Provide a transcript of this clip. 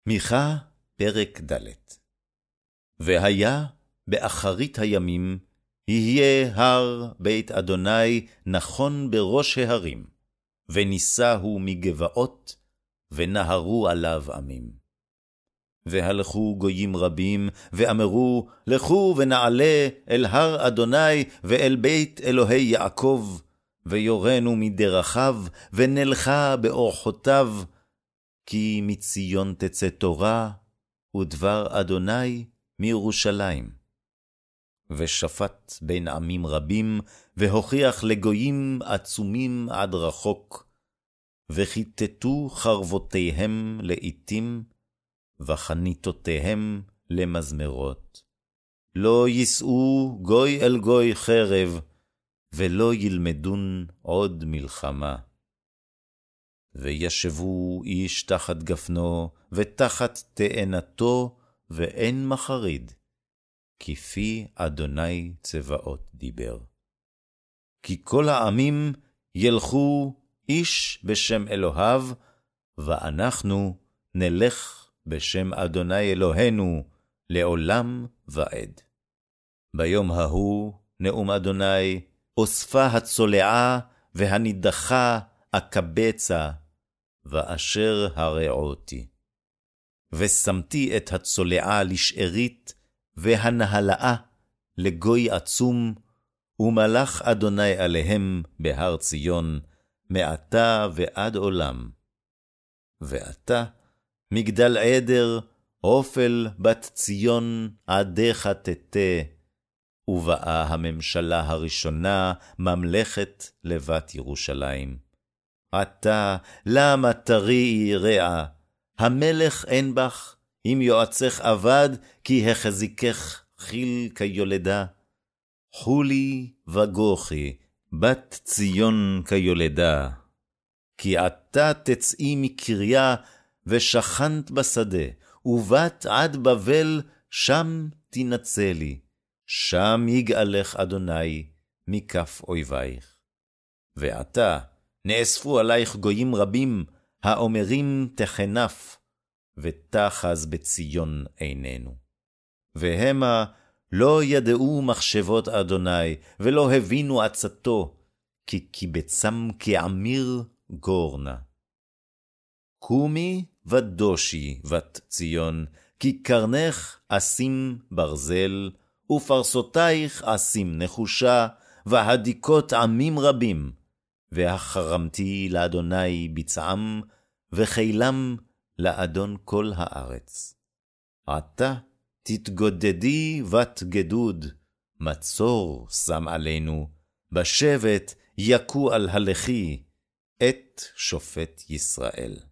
מיכה, פרק ד'. והיה באחרית הימים, יהיה הר בית אדוני נכון בראש ההרים, וניסהו מגבעות, ונהרו עליו עמים. והלכו גויים רבים, ואמרו, לכו ונעלה אל הר אדוני, ואל בית אלוהי יעקב, ויורנו מדרכיו, ונלכה באורחותיו, כי מציון תצא תורה, ודבר אדוני מירושלים. ושפט בין עמים רבים, והוכיח לגויים עצומים עד רחוק, וכיתתו חרבותיהם לעתים, וחניתותיהם למזמרות. לא יישאו גוי אל גוי חרב, ולא ילמדון עוד מלחמה. וישבו איש תחת גפנו, ותחת תאנתו, ואין מחריד, כפי אדוני צבאות דיבר. כי כל העמים ילכו איש בשם אלוהיו, ואנחנו נלך בשם אדוני אלוהינו לעולם ועד. ביום ההוא נאום אדוני, אוספה הצולעה והנידחה אקבצה, ואשר הרעותי. ושמתי את הצולעה לשארית, והנהלאה לגוי עצום, ומלך אדוני עליהם בהר ציון, מעתה ועד עולם. ואתה, מגדל עדר, אופל בת ציון, עדיך תתה, ובאה הממשלה הראשונה, ממלכת לבת ירושלים. עתה, למה תריעי רעה? המלך אין בך, אם יועצך אבד, כי החזיקך חיל כיולדה. חולי וגוחי, בת ציון כיולדה. כי עתה תצאי מקריה, ושכנת בשדה, ובת עד בבל, שם תנצלי. שם יגאלך אדוני מכף אויבייך. ועתה נאספו עלייך גויים רבים, האומרים תחנף, ותחז בציון עינינו. והמה לא ידעו מחשבות אדוני, ולא הבינו עצתו, כי קיבצם כעמיר גורנה. קומי ודושי בת ציון, כי קרנך אשים ברזל, ופרסותייך אשים נחושה, והדיקות עמים רבים, והחרמתי לאדוני בצעם, וחילם לאדון כל הארץ. עתה תתגודדי בת גדוד, מצור שם עלינו, בשבט יכו על הלכי, את שופט ישראל.